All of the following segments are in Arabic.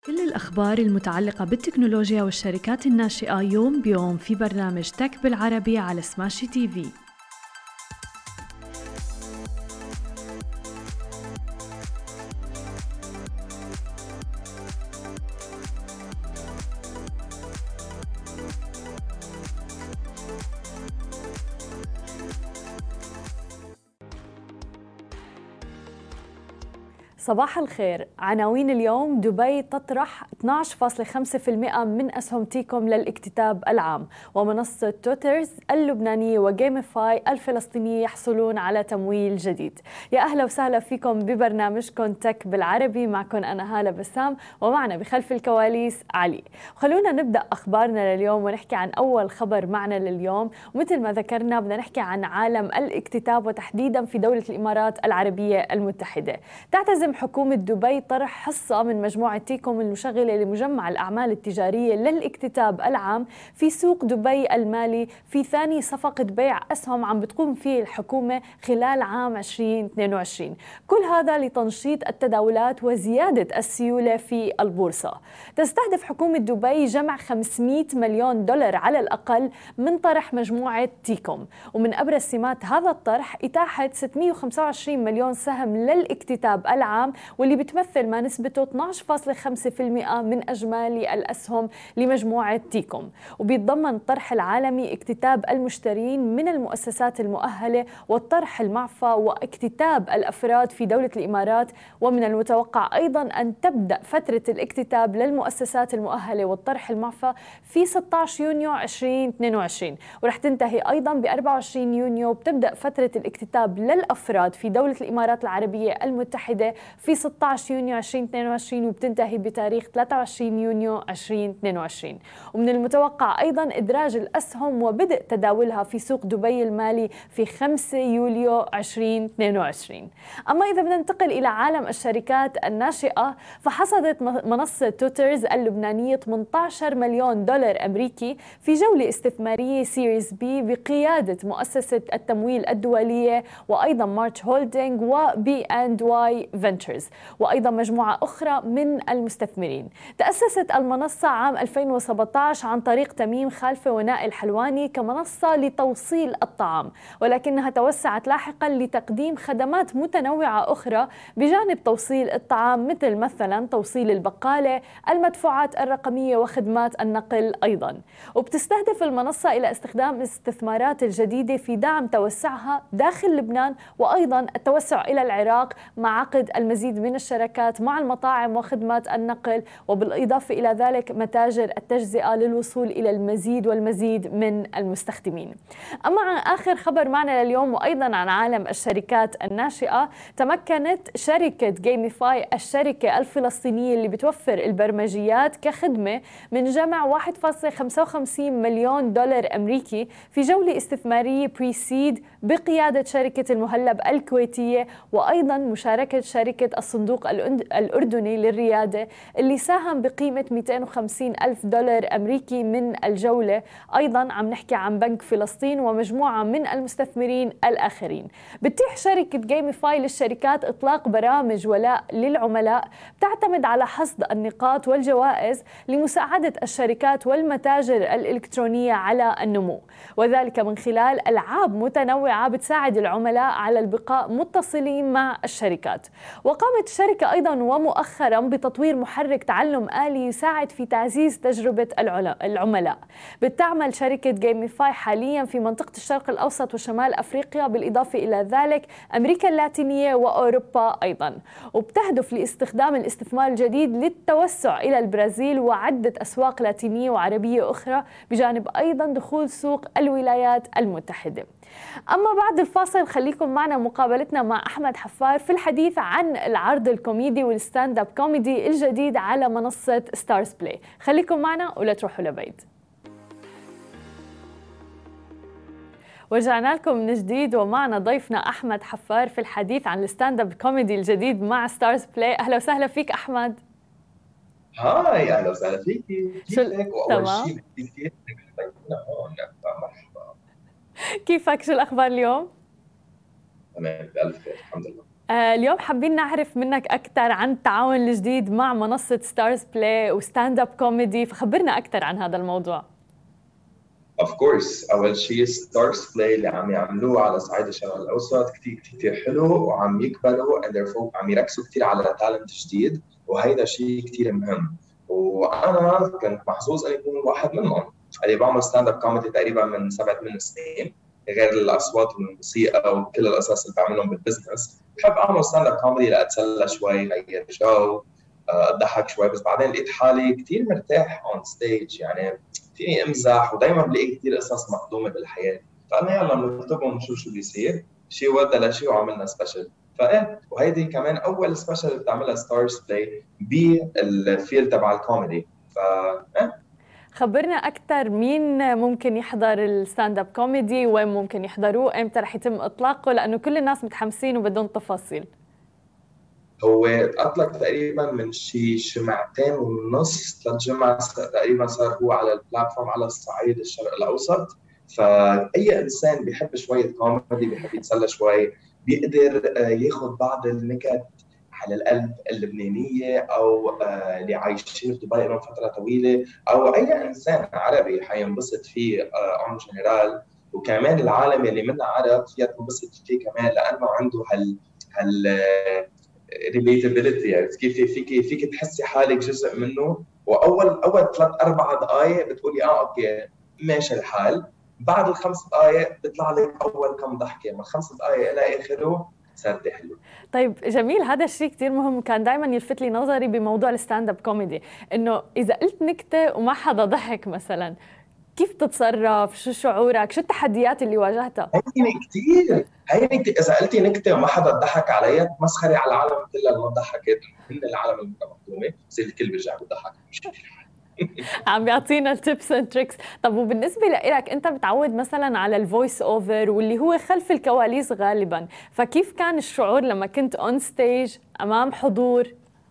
كل الأخبار المتعلقة بالتكنولوجيا والشركات الناشئة يوم بيوم في برنامج تك بالعربي على سماشي تي في. صباح الخير. عناوين اليوم: دبي تطرح 12.5% من أسهم تيكوم للاكتتاب العام، ومنصة تويترز اللبنانية وجيميفاي الفلسطينية يحصلون على تمويل جديد. يا أهلا وسهلا فيكم ببرنامجكم تك بالعربي، معكم أنا هالة بسام ومعنا بخلف الكواليس علي. خلونا نبدأ أخبارنا لليوم ونحكي عن أول خبر معنا لليوم. ومثل ما ذكرنا بدنا نحكي عن عالم الاكتتاب وتحديدا في دولة الإمارات العربية المتحدة. تعتزم حكومة دبي طرح حصة من مجموعة تيكوم المشغلة لمجمع الأعمال التجارية للاكتتاب العام في سوق دبي المالي في ثاني صفقة بيع أسهم عم بتقوم فيه الحكومة خلال عام 2022. كل هذا لتنشيط التداولات وزيادة السيولة في البورصة. تستهدف حكومة دبي جمع 500 مليون دولار على الأقل من طرح مجموعة تيكوم، ومن أبرز سمات هذا الطرح إتاحة 625 مليون سهم للاكتتاب العام، واللي بتمثل ما نسبته 12.5% من أجمالي الأسهم لمجموعة تيكوم. وبيتضمن الطرح العالمي اكتتاب المشترين من المؤسسات المؤهلة والطرح المعفى واكتتاب الأفراد في دولة الإمارات. ومن المتوقع أيضا أن تبدأ فترة الاكتتاب للمؤسسات المؤهلة والطرح المعفى في 16 يونيو 2022، ورح تنتهي أيضا ب 24 يونيو. بتبدأ فترة الاكتتاب للأفراد في دولة الإمارات العربية المتحدة في 16 يونيو 2022 وبتنتهي بتاريخ 23 يونيو 2022. ومن المتوقع أيضا إدراج الأسهم وبدء تداولها في سوق دبي المالي في 5 يوليو 2022. أما إذا بدنا ننتقل إلى عالم الشركات الناشئة، فحصدت منصة تويترز اللبنانية 18 مليون دولار أمريكي في جولة استثمارية سيريز بي بقيادة مؤسسة التمويل الدولية وأيضا مارش هولدينج وبي أند واي فينتشرز وأيضا مجموعة أخرى من المستثمرين. تأسست المنصة عام 2017 عن طريق تميم خالفة ونائل حلواني كمنصة لتوصيل الطعام، ولكنها توسعت لاحقا لتقديم خدمات متنوعة أخرى بجانب توصيل الطعام، مثلا توصيل البقالة، المدفوعات الرقمية وخدمات النقل أيضا. وبتستهدف المنصة إلى استخدام الاستثمارات الجديدة في دعم توسعها داخل لبنان وأيضا التوسع إلى العراق مع عقد المزيد من الشراكات مع المطاعم وخدمات النقل، وبالإضافة إلى ذلك متاجر التجزئة للوصول إلى المزيد والمزيد من المستخدمين. أما عن آخر خبر معنا لليوم وأيضا عن عالم الشركات الناشئة، تمكنت شركة جيميفاي الشركة الفلسطينية اللي بتوفر البرمجيات كخدمة من جمع 1.55 مليون دولار أمريكي في جولة استثمارية بريسيد بقيادة شركة المهلب الكويتية وأيضا مشاركة شركة الصندوق الأردني للريادة اللي ساهم بقيمة 250 ألف دولار أمريكي من الجولة. أيضا عم نحكي عن بنك فلسطين ومجموعة من المستثمرين الآخرين. بتتيح شركة جيميفاي للشركات إطلاق برامج ولاء للعملاء بتعتمد على حصد النقاط والجوائز لمساعدة الشركات والمتاجر الإلكترونية على النمو، وذلك من خلال ألعاب متنوعة بتساعد العملاء على البقاء متصلين مع الشركات. وقامت الشركة أيضا ومؤخرا بتطوير محرك تعلم آلي يساعد في تعزيز تجربة العملاء. بتعمل شركة جيميفاي حاليا في منطقة الشرق الأوسط وشمال أفريقيا، بالإضافة إلى ذلك أمريكا اللاتينية وأوروبا أيضا. وبتهدف لاستخدام الاستثمار الجديد للتوسع إلى البرازيل وعدة أسواق لاتينية وعربية أخرى، بجانب أيضا دخول سوق الولايات المتحدة. أما بعد الفاصل خليكم معنا مقابلتنا مع أحمد حفار في الحديث عن العرض الكوميدي والستاند اب كوميدي الجديد على منصة ستارز بلاي. خليكم معنا ولا تروحوا لبعيد. ورجعنا لكم من جديد ومعنا ضيفنا أحمد حفار في الحديث عن الستاند اب كوميدي الجديد مع ستارز بلاي. أهلا وسهلا فيك أحمد. هاي اهلا وسهلا فيكي، كيفك؟ واول تمام. شيء بدي كثير انك هون. مرحبا. كيفك؟ شو الأخبار اليوم؟ تمام بألف خير الحمد لله. اليوم حابين نعرف منك أكثر عن التعاون الجديد مع منصة ستارز بلاي وستاند اب كوميدي، فخبرنا أكثر عن هذا الموضوع. Of course. أول شيء ستارز بلاي اللي عم يعملوه على صعيد الشرق الأوسط كتير حلو، وعم يكبروا and therefore عم يركزوا كتير على تالنت جديد، وهيدا شيء كتير مهم. وأنا كنت محظوظ أن يكون واحد منهم. اللي بعمل ستاند اب كوميدي تقريبا من 7-8 سنين، غير الأصوات والموسيقى وكل القصص اللي بعملهم بالبزنس. بحب أعمل ستاند اب كوميدي لأتسلى شوي، غير جو، أضحك شوي. بس بعدين لقيت حالي كتير مرتاح on stage، يعني فيني امزح، ودايما بلاقي كثير قصص مخدومه بالحياه. فقلنا يلا بنكتبهم ونشوف شو بيصير، شيء ودى لشيء وعملنا سبيشل. فايه، وهيدي كمان اول سبيشل بتعملها ستارز بلاي بالفيلد تبع الكوميدي. خبرنا أكثر، مين ممكن يحضر الستاند اب كوميدي، وين ممكن يحضروه، امتى رح يتم إطلاقه، لأنه كل الناس متحمسين وبدون تفاصيل. هو اطلق تقريبا من شي جمعتين ونص 3 جمعة تقريبا، صار هو على البلاتفورم على الصعيد الشرق الاوسط. فاي انسان بيحب شويه كوميدي، بيحب يتسلى شوي، بيقدر ياخذ بعض النكت على القلب اللبنانيه، او اللي عايشين في دبي لهم فتره طويله، او اي انسان عربي حينبسط فيه اون جنرال. وكمان العالم اللي منا عرب فيها تنبسط فيه كمان، لانه عنده هال ريليتابيلتي، يعني فيك تحسي حالك جزء منه. واول 3-4 دقائق بتقولي اوكي ماشي الحال، بعد ال5 دقائق بيطلع لك اول كم ضحكه، من 5 دقائق الى اخره سرد حلو. طيب جميل، هذا الشيء كتير مهم، كان دائما يلفت لي نظري بموضوع الستاند اب كوميدي، انه اذا قلت نكته وما حدا ضحك مثلا، كيف تتصرف؟ شو شعورك؟ شو التحديات اللي واجهتها؟ هيني كتير اذا قلتي نكته وما حدا ضحك عليها، مسخري على العالم كلها اللي ما ضحكت، من العالم المظلومه، بصير الكل بيرجع بيضحك. عم بيعطينا التيبس اند تريكس. طب وبالنسبه لك، انت متعود مثلا على الفويس اوفر واللي هو خلف الكواليس غالبا، فكيف كان الشعور لما كنت اون ستيج امام حضور؟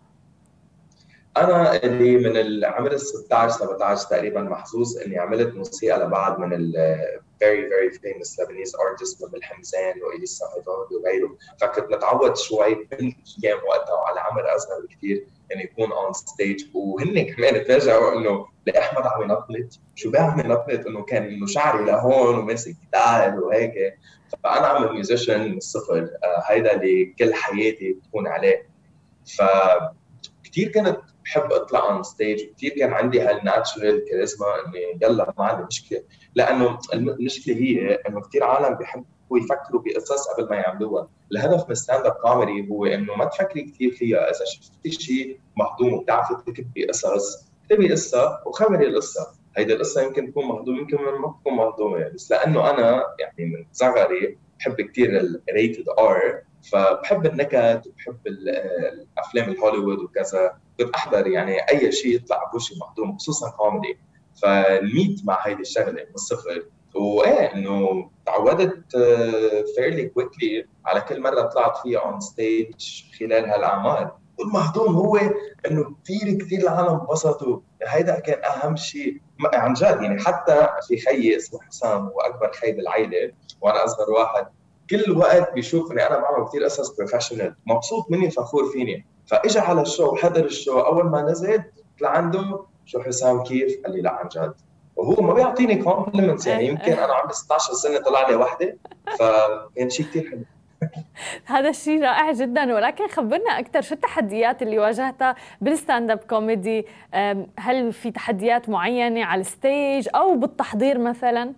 انا اللي من العمر 16-17 تقريبا محظوظ اني عملت موسيقى لبعض من ال very famous Lebanese artists، مثل حمزان وإليسا هيدون وغيره. فكنت متعود شوي بالايام وقتها، وعلى عمر اصغر بكثير، انه يكون اون ستيج. وهن كمان تفاجئوا انه لاحمد عم ينطلت، شو بيعمل ينطلت، انه شعري لهون وماسك جيتار وهيك. فانا عم ميوزيشن من الصفر، هيدا اللي كل حياتي بتكون عليه. فكتير كنت بحب اطلع اون ستيج، وكثير كان عندي هالناتشرال كاريزما اني يلا ما عندي مشكله. لانه المشكله هي انه كثير عالم بيحبوا يفكروا بقصص قبل ما يعملوها. الهدف من ستاند اب كوميدي هو انه ما تفكري كثير فيها. اذا شفتي شيء مهضوم وبتعرفي تكتبي قصص، اكتبي قصه وخبري القصه. هيدي القصه يمكن تكون مهضومه، يمكن ما تكون مهضومه، بس لانه انا يعني من صغري بحب كثير الريتد ار، فبحب النكت وبحب الافلام الهوليوود وكذا. كنت احضر يعني اي شيء يطلع بوشي مهضوم، خصوصا كوميدي. فالميت مع هيدي الشغله من الصفر. وايه انه تعودت فيرلي كويكلي على كل مره طلعت فيها اون ستيج خلال هالاعمار. والمهضوم هو انه كثير العالم انبسطوا، هيدا كان اهم شيء عن جد. يعني حتى في خيي اسمه حسام، هو اكبر خي بالعائله وانا اصغر واحد، كل وقت بيشوفني انا بعمل كثير قصص بروفيشنال، مبسوط مني فخور فيني. فاجى على الشو وحضر الشو، اول ما نزل لعنده شو حسام كيف؟ قال لي لا عن جد. وهو ما بيعطيني كومبلمنتس، يعني يمكن انا عمري 16 سنه طلع لي وحده، فكان شيء كثير حلو. هذا الشيء رائع جدا، ولكن خبرنا اكثر، شو التحديات اللي واجهتها بالستاند اب كوميدي؟ هل في تحديات معينه على الستيج او بالتحضير مثلا؟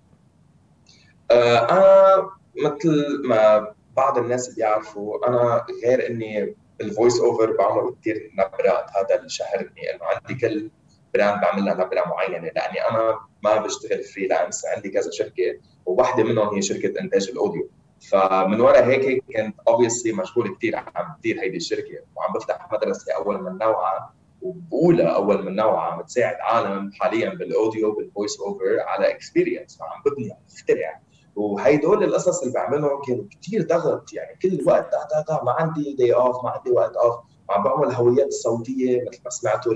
انا مثل ما بعض الناس بيعرفوا، انا غير اني بالفويس اوفر بعمل كثير نبرات. هذا اللي شهرني انه عندي كل براند بعمل لها نبره معينه، لاني انا ما بشتغل فريلانس، عندي كذا شركه، وواحده منهم هي شركه انتاج الاوديو. فمن وراء هيك كنت اوبسلي مشغول كثير عم بدير هيدي الشركه، وعم بفتح مدرسه اول من نوعها، وبقولها اول من نوعها، عم تساعد عالم حاليا بالاوديو بالفويس اوفر على اكسبيرينس، وعم ببني عم بخترع. وهيدول القصص اللي بعملهم كانوا كثير ضغط، يعني كل وقت ما عندي داي اوف، ما عندي وقت اوف. وعم بعمل هويات صوتيه مثل ما سمعتوا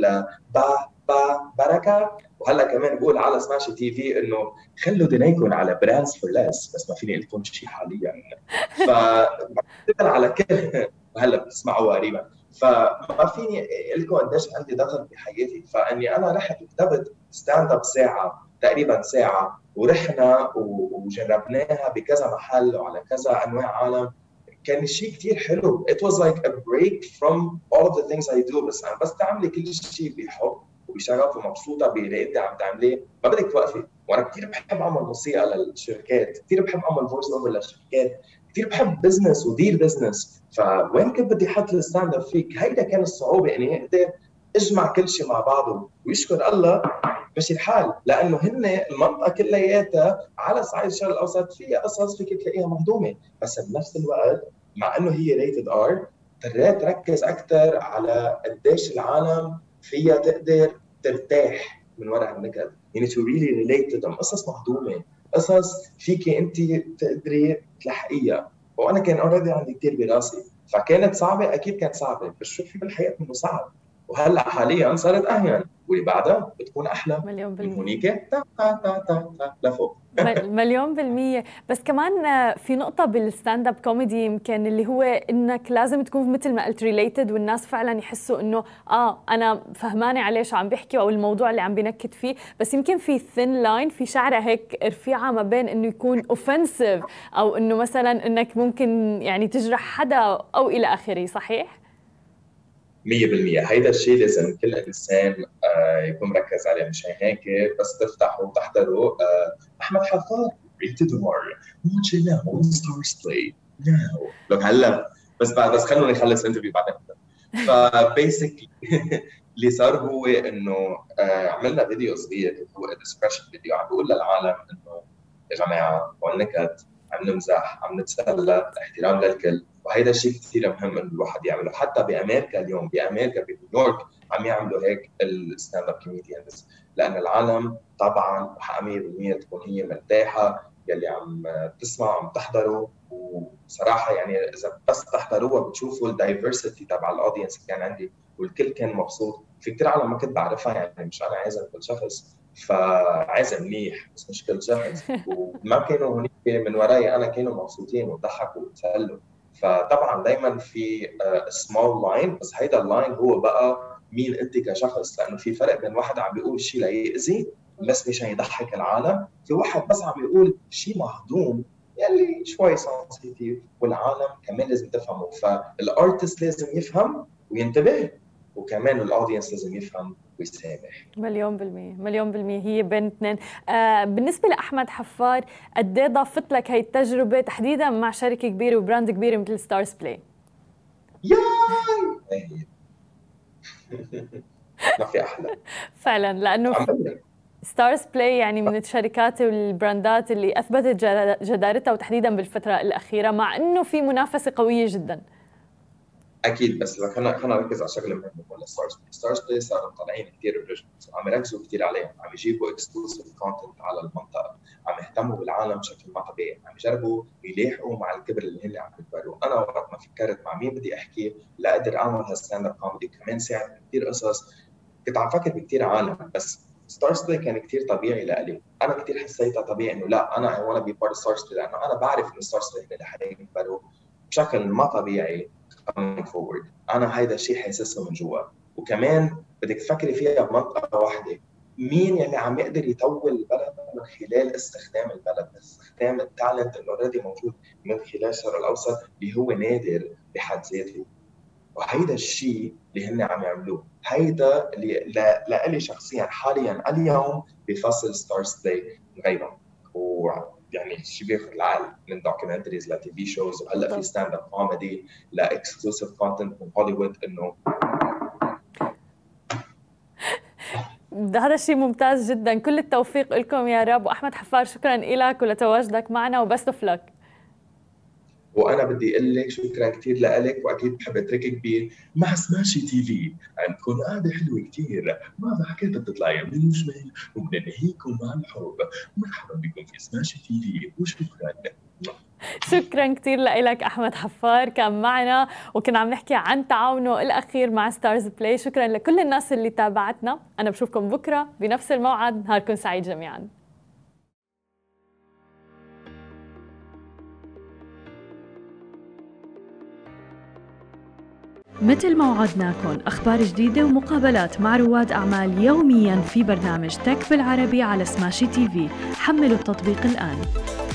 بركه. وهلا كمان بقول على سماشي تي في انه خلوا دنيكم على براندز فور ليس، بس ما فيني اقول لكم شيء حاليا. ف على كل وهلا بتسمعوا قريبا، فما فيني اقول لكم قديش عندي دخل بحياتي. فاني انا رحت كتبت ستاند اب ساعه تقريبا ساعه، ورحنا وجربناها بكذا محل وعلى كذا انواع عالم. كان شيء كثير حلو. It was like a break from all of the things I do. بس تعملي كل شيء بحب وبشغف ومبسوطه باللي انت عم تعمليه، ما بدك توقفي. وانا كثير بحب اعمل موسيقى للشركات، كثير بحب اعمل فويس اوفر للشركات، كثير بحب بزنس ودير بزنس. فوين كنت بدي احط الستاند اب فيك؟ هيدا كان الصعوبه، اني اقدر اجمع كل شيء مع بعضه. ويشكر الله ماشي الحال، لانه هن المنطقه كلياتها على صعيد الشرق الاوسط فيها قصص فيك تلاقيها مهضومه، بس بنفس الوقت مع انه هي ريتد ار اضطريت ركز اكثر على قديش العالم فيها تقدر ترتاح من وراء النكد. يعني to really relate to them. قصص مهضومه، قصص فيك انت تقدري تلحقيها. وانا كان اوريدي عندي كثير براسي، فكانت صعبه، اكيد كانت صعبه، بس شو في بالحياه انه صعب. وهلا حاليا صارت اهين، واللي بعدها بتكون احلى. مليون من بالمية. هونيك تا تا تا تا تا لفوق. مليون بالمية. بس كمان في نقطة بالستاند اب كوميدي يمكن اللي هو انك لازم تكون مثل ما قلت ريليتد، والناس فعلا يحسوا انه انا فهمانة عليه شو عم بيحكي او الموضوع اللي عم بينكد فيه. بس يمكن في ثين لاين، في شعرة هيك رفيعة ما بين انه يكون اوفنسيف او انه مثلا انك ممكن يعني تجرح حدا او الى اخره. صحيح؟ 100% هيدا الشيء لازم كل انسان يكون مركز عليه. مش هيك بس تفتحوا وتحضروا احمد حفار ريتد ار موتشي ناو ستارز بلاي ناو. لو هلا بس خلوني اخلص انترفيو بعدين. فبيسكلي اللي صار هو انه عملنا فيديو صغير، هو ديسكشن فيديو، عم بقول للعالم انه يا جماعه هون نكت، عم نمزح، عم نتسلى، احترام للكل. وهذا الشيء كثير مهم انه الواحد يعمله. حتى بامريكا اليوم، بامريكا بنيويورك عم يعملوا هيك الستاند اب كوميديانز، لان العالم طبعا حق 100% تكون هي مرتاحه يلي عم تسمع عم تحضروا. وصراحه يعني اذا بس تحضروها بتشوفوا الدايفرسيتي تبع الاودينس اللي كان عندي، والكل كان مبسوط. في كثير عالم ما كنت بعرفها، يعني مش انا عازم كل شخص، فعازم منيح بس مش كل شخص. وما كانوا هناك من وراي انا، كانوا مبسوطين وضحكوا وتسلوا. فطبعا دائما في سمول لاين، بس هيدا اللاين هو بقى مين انت كشخص. لانه في فرق بين واحد عم بيقول شيء ليأذي بس مشان يضحك العالم، في واحد بس عم يقول شيء مهضوم يلي شوي سنسيتيف والعالم كمان لازم تفهمه. فالارتست لازم يفهم وينتبه، وكمان الاودينس لازم يفهم ويسامح. مليون بالمية، مليون بالمية. هي بين اثنين. بالنسبة لأحمد حفار، قد ايه ضافت لك هاي التجربة تحديدا مع شركة كبيرة وبراند كبيرة مثل ستارز بلاي؟ ياي ما في احلى فعلا، لأنه ستارز بلاي يعني من الشركات والبراندات اللي أثبتت جدارتها وتحديدا بالفترة الأخيرة، مع إنه في منافسة قوية جدا. اكيد، بس خلينا نركز على شغله مهمه. ولا ستارز بلاي صاروا طالعين كثير اوريجنالز، عم يركزوا كثير عليهم، عم يجيبوا اكسكلوسيف كونتنت على المنطقه، عم يهتموا بالعالم بشكل ما طبيعي، عم يجربوا يلاحقوا مع الكبر اللي هن عم يكبروا. انا وقت ما فكرت مع مين بدي احكي لاقدر اعمل هالستاند اب كوميدي كمان ساعد كثير قصص، كنت عم فكر بكثير عالم، بس ستارز بلاي كان كثير طبيعي لإلي. انا كثير حسيتها طبيعي انه لا، انا اي وانا بي بارت ستارز بلاي، لانه انا بعرف انه ستارز بلاي اللي حيكبروا بشكل ما طبيعي coming forward. انا هيدا الشيء حاسسه من جوا. وكمان بدك تفكري فيها بمنطقه واحده، مين يلي عم يقدر يطول البلد من خلال استخدام البلد، استخدام التالنت اللي اوريدي موجود من خلال الشرق الاوسط اللي هو نادر بحد ذاته. وهيدا الشيء اللي هن عم يعملوه، هيدا اللي لإلي شخصيا حاليا اليوم بفصل ستارز بلاي غيبا. ويعني شيء بياخذ العقل، من دوكيومنتريز لتي في شوز، وهلا في ستاند اب كوميدي لاكسكلوسيف كونتنت من هوليوود. انه هذا الشيء ممتاز جدا. كل التوفيق لكم يا رب. واحمد حفار، شكرا لك ولتواجدك معنا، وبست اوف لك. وانا بدي اقول لك شكرا كثير لك، واكيد بحب اتركك مع سماشي تي في. عندكم قعده حلوه كثير، ما حكيت بتطلعي من الجمال وبننهيكم مع الحب. مرحبا بكم في سماشي تي في، وشكرا. شكرا كتير لك أحمد حفار، كان معنا وكنا عم نحكي عن تعاونه الأخير مع ستارز بلاي. شكرا لكل الناس اللي تابعتنا، أنا بشوفكم بكرة بنفس الموعد، نهاركم سعيد جميعا. مثل ما وعدناكم أخبار جديدة ومقابلات مع رواد أعمال يومياً في برنامج تك بالعربي على سماشي تي في. حملوا التطبيق الآن.